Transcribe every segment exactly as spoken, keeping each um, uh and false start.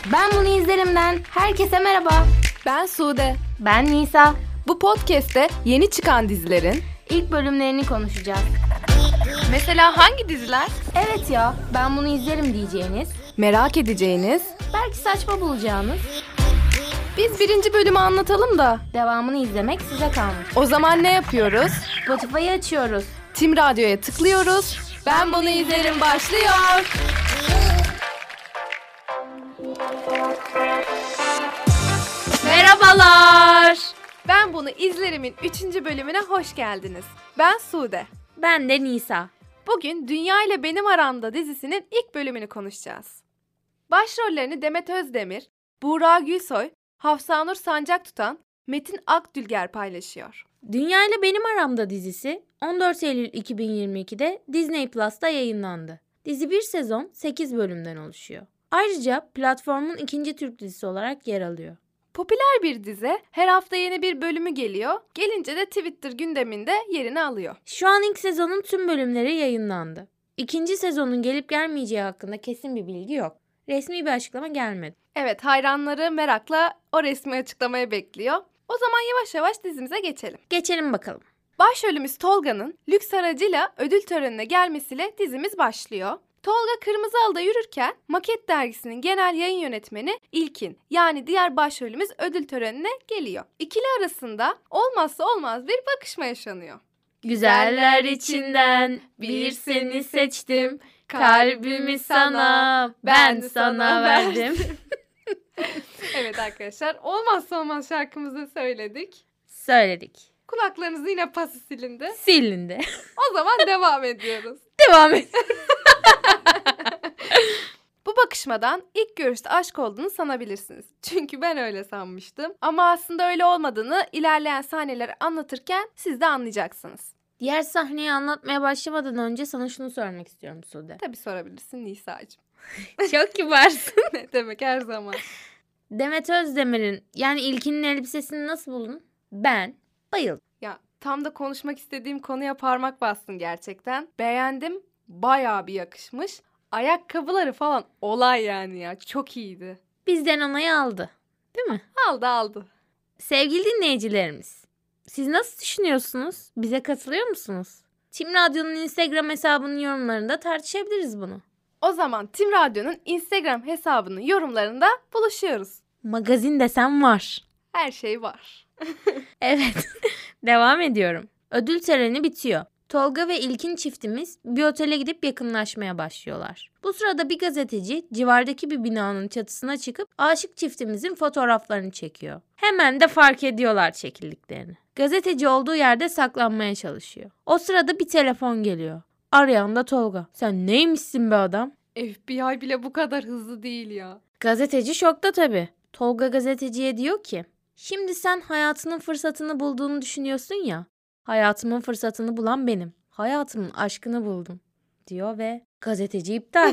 Ben bunu izlerimden herkese merhaba. Ben Sude. Ben Nisa. Bu podcast'te yeni çıkan dizilerin ilk bölümlerini konuşacağız. Mesela hangi diziler? Evet ya, ben bunu izlerim diyeceğiniz, merak edeceğiniz, belki saçma bulacağınız. Biz birinci bölümü anlatalım da devamını izlemek size kalmış. O zaman ne yapıyoruz? Spotify'ı açıyoruz. Tim Radyo'ya tıklıyoruz. Ben bunu izlerim başlıyor. Merhabalar. Ben bunu izlerimin üçüncü bölümüne hoş geldiniz. Ben Sude. Ben de Nisa. Bugün Dünya ile Benim Aramda dizisinin ilk bölümünü konuşacağız. Başrollerini Demet Özdemir, Buğra Gülsoy, Hafsanur Sancaktutan, Metin Akdülger paylaşıyor. Dünya ile Benim Aramda dizisi on dört Eylül iki bin yirmi ikide Disney Plus'ta yayınlandı. Dizi bir sezon sekiz bölümden oluşuyor. Ayrıca platformun ikinci Türk dizisi olarak yer alıyor. Popüler bir dizi, her hafta yeni bir bölümü geliyor, gelince de Twitter gündeminde yerini alıyor. Şu an ilk sezonun tüm bölümleri yayınlandı. İkinci sezonun gelip gelmeyeceği hakkında kesin bir bilgi yok. Resmi bir açıklama gelmedi. Evet, hayranları merakla o resmi açıklamaya bekliyor. O zaman yavaş yavaş dizimize geçelim. Geçelim bakalım. Başrolümüz Tolga'nın lüks aracıyla ödül törenine gelmesiyle dizimiz başlıyor. Tolga Kırmızı Halı'da yürürken Maket Dergisi'nin genel yayın yönetmeni İlkin, yani diğer başrolümüz ödül törenine geliyor. İkili arasında olmazsa olmaz bir bakışma yaşanıyor. Güzeller içinden bir seni seçtim, kalbimi sana ben sana verdim. Evet arkadaşlar, olmazsa olmaz şarkımızı söyledik. Söyledik. Kulaklarınız yine pası silindi. Silindi. O zaman devam ediyoruz. Devam ediyoruz. Bu bakışmadan ilk görüşte aşk olduğunu sanabilirsiniz. Çünkü ben öyle sanmıştım. Ama aslında öyle olmadığını ilerleyen sahneleri anlatırken siz de anlayacaksınız. Diğer sahneyi anlatmaya başlamadan önce sana şunu sormak istiyorum Sude. Tabii sorabilirsin Nisa'cığım. Çok kibarsın. Ne demek, her zaman. Demet Özdemir'in, yani İlkin'in elbisesini nasıl buldun? Ben bayıldım. Ya tam da konuşmak istediğim konuya parmak bastın gerçekten. Beğendim. Bayağı bir yakışmış. Ayakkabıları falan olay yani ya. Çok iyiydi. Bizden onayı aldı. Değil mi? Aldı aldı. Sevgili dinleyicilerimiz, siz nasıl düşünüyorsunuz? Bize katılıyor musunuz? Tim Radyo'nun Instagram hesabının yorumlarında tartışabiliriz bunu. O zaman Tim Radyo'nun Instagram hesabının yorumlarında buluşuyoruz. Magazin desem var. Her şey var. Evet. Devam ediyorum. Ödül töreni bitiyor. Tolga ve İlkin çiftimiz bir otele gidip yakınlaşmaya başlıyorlar. Bu sırada bir gazeteci civardaki bir binanın çatısına çıkıp aşık çiftimizin fotoğraflarını çekiyor. Hemen de fark ediyorlar çekildiklerini. Gazeteci olduğu yerde saklanmaya çalışıyor. O sırada bir telefon geliyor. Arayan da Tolga. Sen neymişsin be adam? F B I bile bu kadar hızlı değil ya. Gazeteci şokta tabii. Tolga gazeteciye diyor ki, şimdi sen hayatının fırsatını bulduğunu düşünüyorsun ya. Hayatımın fırsatını bulan benim. Hayatımın aşkını buldum diyor ve gazeteci iptal.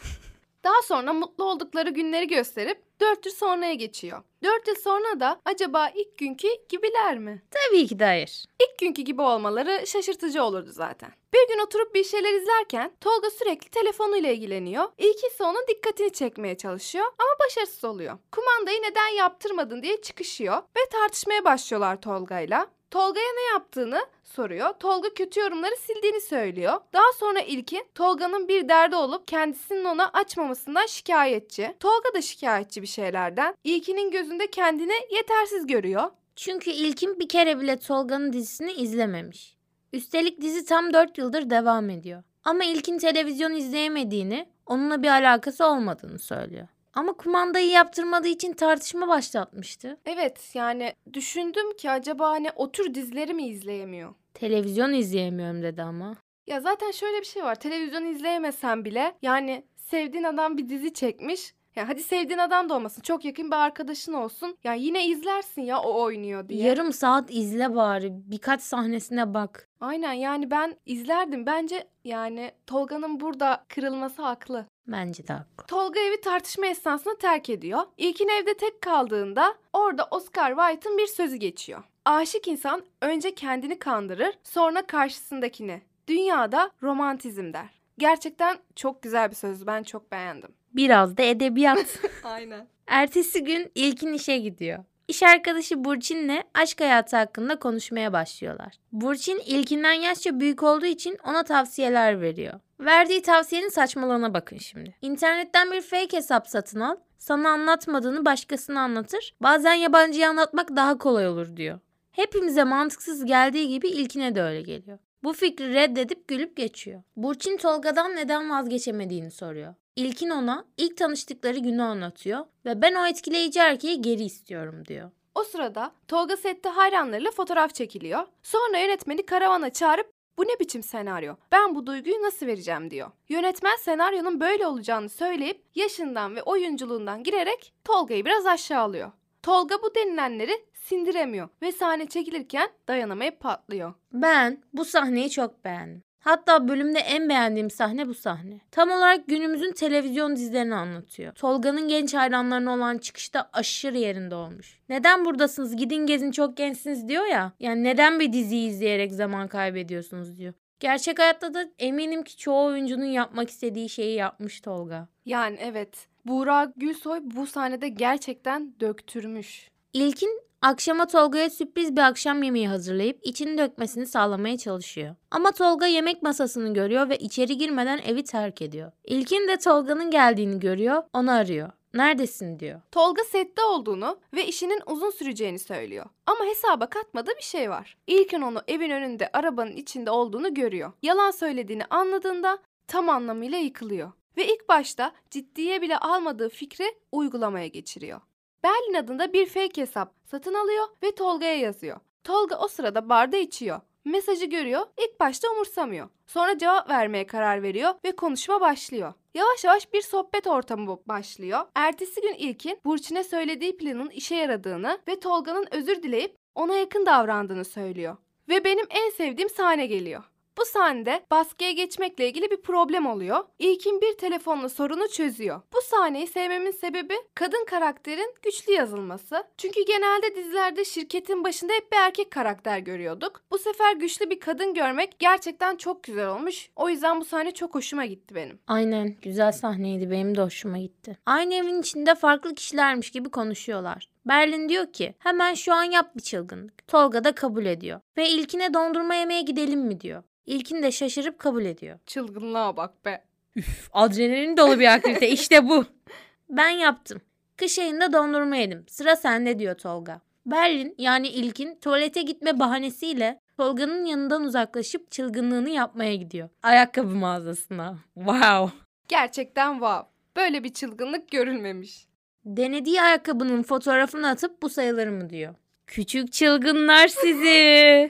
Daha sonra mutlu oldukları günleri gösterip dört yıl sonraya geçiyor. Dört yıl sonra da acaba ilk günkü gibiler mi? Tabii ki de hayır. İlk günkü gibi olmaları şaşırtıcı olurdu zaten. Bir gün oturup bir şeyler izlerken Tolga sürekli telefonuyla ilgileniyor. İlki ise onun dikkatini çekmeye çalışıyor ama başarısız oluyor. Kumandayı neden yaptırmadın diye çıkışıyor ve tartışmaya başlıyorlar Tolga'yla. Tolga'ya ne yaptığını soruyor. Tolga kötü yorumları sildiğini söylüyor. Daha sonra İlkin, Tolga'nın bir derdi olup kendisinin ona açmamasından şikayetçi. Tolga da şikayetçi bir şeylerden. İlkin'in gözünde kendini yetersiz görüyor. Çünkü İlkin bir kere bile Tolga'nın dizisini izlememiş. Üstelik dizi tam dört yıldır devam ediyor. Ama İlkin televizyon izleyemediğini, onunla bir alakası olmadığını söylüyor. Ama kumandayı yaptırmadığı için tartışma başlatmıştı. Evet, yani düşündüm ki acaba hani o tür dizileri mi izleyemiyor? Televizyon izleyemiyorum dedi ama. Ya zaten şöyle bir şey var. Televizyon izleyemesen bile yani sevdiğin adam bir dizi çekmiş. Ya hadi sevdiğin adam da olmasın. Çok yakın bir arkadaşın olsun. Ya yine izlersin ya o oynuyor diye. Yarım saat izle bari. Birkaç sahnesine bak. Aynen, yani ben izlerdim. Bence yani Tolga'nın burada kırılması haklı. Bence de haklı. Tolga evi tartışma esnasında terk ediyor. İlkin evde tek kaldığında orada Oscar Wilde'ın bir sözü geçiyor. Aşık insan önce kendini kandırır, sonra karşısındakini. Dünyada romantizm der. Gerçekten çok güzel bir söz. Ben çok beğendim. Biraz da edebiyat. Aynen. Ertesi gün İlkin işe gidiyor. İş arkadaşı Burçin'le aşk hayatı hakkında konuşmaya başlıyorlar. Burçin İlkin'den yaşça büyük olduğu için ona tavsiyeler veriyor. Verdiği tavsiyenin saçmalığına bakın şimdi. İnternetten bir fake hesap satın al, sana anlatmadığını başkasına anlatır, bazen yabancıya anlatmak daha kolay olur diyor. Hepimize mantıksız geldiği gibi İlkin'e de öyle geliyor. Bu fikri reddedip gülüp geçiyor. Burçin Tolga'dan neden vazgeçemediğini soruyor. İlkin ona ilk tanıştıkları günü anlatıyor ve ben o etkileyici erkeği geri istiyorum diyor. O sırada Tolga sette hayranlarıyla fotoğraf çekiliyor. Sonra yönetmeni karavana çağırıp bu ne biçim senaryo? Ben bu duyguyu nasıl vereceğim diyor. Yönetmen senaryonun böyle olacağını söyleyip yaşından ve oyunculuğundan girerek Tolga'yı biraz aşağılıyor. Tolga bu denilenleri sindiremiyor ve sahne çekilirken dayanamayıp patlıyor. Ben bu sahneyi çok beğendim. Hatta bölümde en beğendiğim sahne bu sahne. Tam olarak günümüzün televizyon dizilerini anlatıyor. Tolga'nın genç hayranlarına olan çıkışı da aşırı yerinde olmuş. Neden buradasınız, gidin gezin, çok gençsiniz diyor ya. Yani neden bir diziyi izleyerek zaman kaybediyorsunuz diyor. Gerçek hayatta da eminim ki çoğu oyuncunun yapmak istediği şeyi yapmış Tolga. Yani evet, Buğra Gülsoy bu sahnede gerçekten döktürmüş. İlkin akşama Tolga'ya sürpriz bir akşam yemeği hazırlayıp içini dökmesini sağlamaya çalışıyor. Ama Tolga yemek masasını görüyor ve içeri girmeden evi terk ediyor. İlkin de Tolga'nın geldiğini görüyor, onu arıyor. Neredesin diyor. Tolga sette olduğunu ve işinin uzun süreceğini söylüyor. Ama hesaba katmadığı bir şey var. İlkin onu evin önünde arabanın içinde olduğunu görüyor. Yalan söylediğini anladığında tam anlamıyla yıkılıyor. Ve ilk başta ciddiye bile almadığı fikri uygulamaya geçiriyor. Berlin adında bir fake hesap satın alıyor ve Tolga'ya yazıyor. Tolga o sırada barda içiyor. Mesajı görüyor, ilk başta umursamıyor. Sonra cevap vermeye karar veriyor ve konuşma başlıyor. Yavaş yavaş bir sohbet ortamı başlıyor. Ertesi gün İlkin, Burçin'e söylediği planın işe yaradığını ve Tolga'nın özür dileyip ona yakın davrandığını söylüyor. Ve benim en sevdiğim sahne geliyor. Bu sahnede baskıya geçmekle ilgili bir problem oluyor. İlkin bir telefonla sorunu çözüyor. Bu sahneyi sevmemin sebebi kadın karakterin güçlü yazılması. Çünkü genelde dizilerde şirketin başında hep bir erkek karakter görüyorduk. Bu sefer güçlü bir kadın görmek gerçekten çok güzel olmuş. O yüzden bu sahne çok hoşuma gitti benim. Aynen, güzel sahneydi, benim de hoşuma gitti. Aynı evin içinde farklı kişilermiş gibi konuşuyorlar. Berlin diyor ki hemen şu an yap bir çılgınlık. Tolga da kabul ediyor. Ve İlkin'e dondurma yemeye gidelim mi diyor. İlkin de şaşırıp kabul ediyor. Çılgınlığa bak be. Üf, adrenalin dolu bir aktivite işte bu. Ben yaptım. Kış ayında dondurma yedim. Sıra sende diyor Tolga. Berlin yani İlkin tuvalete gitme bahanesiyle Tolga'nın yanından uzaklaşıp çılgınlığını yapmaya gidiyor. Ayakkabı mağazasına. Wow. Gerçekten wow. Böyle bir çılgınlık görülmemiş. Denediği ayakkabının fotoğrafını atıp bu sayılır mı diyor. Küçük çılgınlar sizi.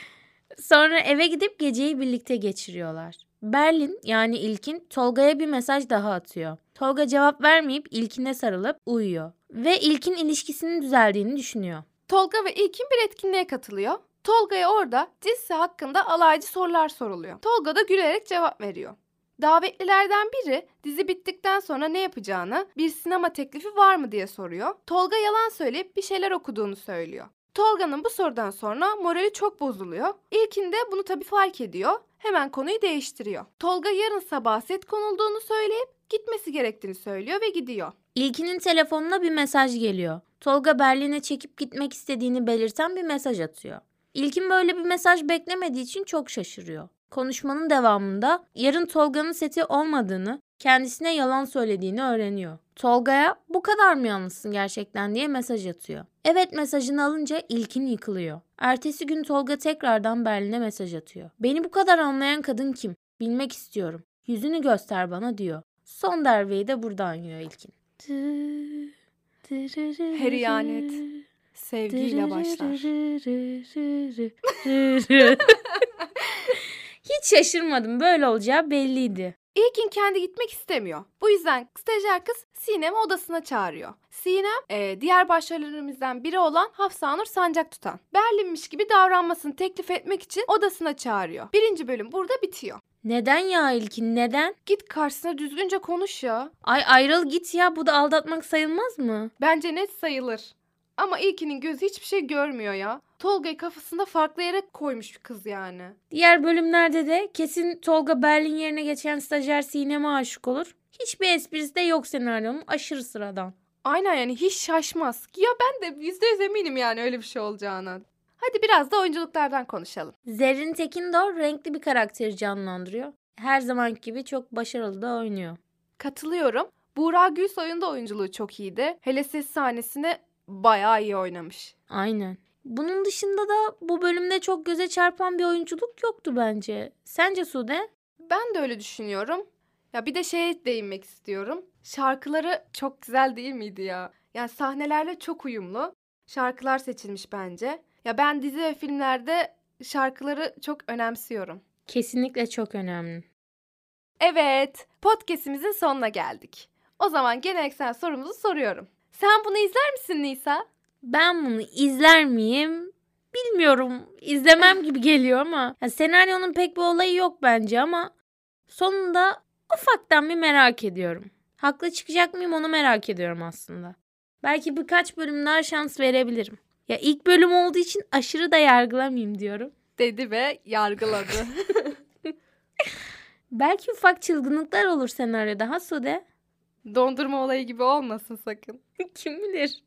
Sonra eve gidip geceyi birlikte geçiriyorlar. Berlin yani İlkin Tolga'ya bir mesaj daha atıyor. Tolga cevap vermeyip İlkin'e sarılıp uyuyor. Ve İlkin ilişkisinin düzeldiğini düşünüyor. Tolga ve İlkin bir etkinliğe katılıyor. Tolga'ya orada dizi hakkında alaycı sorular soruluyor. Tolga da gülerek cevap veriyor. Davetlilerden biri dizi bittikten sonra ne yapacağını, bir sinema teklifi var mı diye soruyor. Tolga yalan söyleyip bir şeyler okuduğunu söylüyor. Tolga'nın bu sorudan sonra morali çok bozuluyor. İlkin de bunu tabii fark ediyor. Hemen konuyu değiştiriyor. Tolga yarın sabah set konulduğunu söyleyip gitmesi gerektiğini söylüyor ve gidiyor. İlkin'in telefonuna bir mesaj geliyor. Tolga Berlin'e çekip gitmek istediğini belirten bir mesaj atıyor. İlkin böyle bir mesaj beklemediği için çok şaşırıyor. Konuşmanın devamında yarın Tolga'nın seti olmadığını, kendisine yalan söylediğini öğreniyor. Tolga'ya bu kadar mı yalnızsın gerçekten diye mesaj atıyor. Evet mesajını alınca İlkin yıkılıyor. Ertesi gün Tolga tekrardan Berlin'e mesaj atıyor. Beni bu kadar anlayan kadın kim? Bilmek istiyorum. Yüzünü göster bana diyor. Son darbeyi de buradan yiyor İlkin. Her ihanet sevgiyle başlar. Hiç şaşırmadım. Böyle olacağı belliydi. İlkin kendi gitmek istemiyor. Bu yüzden stajyer kız Sinem'i odasına çağırıyor. Sinem e, diğer başrollerimizden biri olan Hafsanur Sancaktutan. Berlinmiş gibi davranmasını teklif etmek için odasına çağırıyor. Birinci bölüm burada bitiyor. Neden ya İlkin, neden? Git karşısına düzgünce konuş ya. Ay ayrıl git ya, bu da aldatmak sayılmaz mı? Bence net sayılır. Ama İlkin'in gözü hiçbir şey görmüyor ya. Tolga'yı kafasında farklı yere koymuş bir kız yani. Diğer bölümlerde de kesin Tolga Berlin yerine geçen stajyer Sinem'e aşık olur. Hiçbir esprisi de yok senaryonun, aşırı sıradan. Aynen yani hiç şaşmaz. Ya ben de yüzde yüz eminim yani öyle bir şey olacağına. Hadi biraz da oyunculuklardan konuşalım. Zerrin Tekindor renkli bir karakteri canlandırıyor. Her zamanki gibi çok başarılı da oynuyor. Katılıyorum. Buğra Gülsoy'un da oyunculuğu çok iyiydi. Hele ses sahnesini bayağı iyi oynamış. Aynen. Bunun dışında da bu bölümde çok göze çarpan bir oyunculuk yoktu bence. Sence Sude? Ben de öyle düşünüyorum. Ya bir de şeye değinmek istiyorum. Şarkıları çok güzel değil miydi ya? Yani sahnelerle çok uyumlu. Şarkılar seçilmiş bence. Ya ben dizi ve filmlerde şarkıları çok önemsiyorum. Kesinlikle çok önemli. Evet, podcast'imizin sonuna geldik. O zaman geleneksel sorumuzu soruyorum. Sen bunu izler misin Nisa? Ben bunu izler miyim? Bilmiyorum. İzlemem gibi geliyor ama. Ya senaryonun pek bir olayı yok bence ama sonunda ufaktan bir merak ediyorum. Haklı çıkacak mıyım onu merak ediyorum aslında. Belki birkaç bölüm daha şans verebilirim. Ya ilk bölüm olduğu için aşırı da yargılamayayım diyorum. Dedi ve yargıladı. Belki ufak çılgınlıklar olur senaryoda ha Sude? Dondurma olayı gibi olmasın sakın. Kim bilir?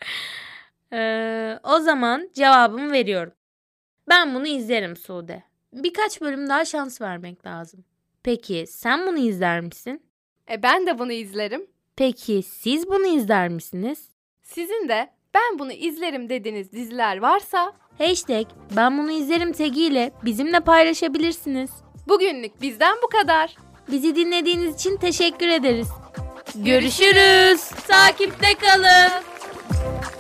Ee, o zaman cevabımı veriyorum. Ben bunu izlerim Sude. Birkaç bölüm daha şans vermek lazım. Peki sen bunu izler misin? E ben de bunu izlerim. Peki siz bunu izler misiniz? Sizin de ben bunu izlerim dediğiniz diziler varsa Hashtag ben bunu izlerim tagiyle bizimle paylaşabilirsiniz. bugünlük bizden bu kadar. Bizi dinlediğiniz için teşekkür ederiz. Görüşürüz. Takipte kalın.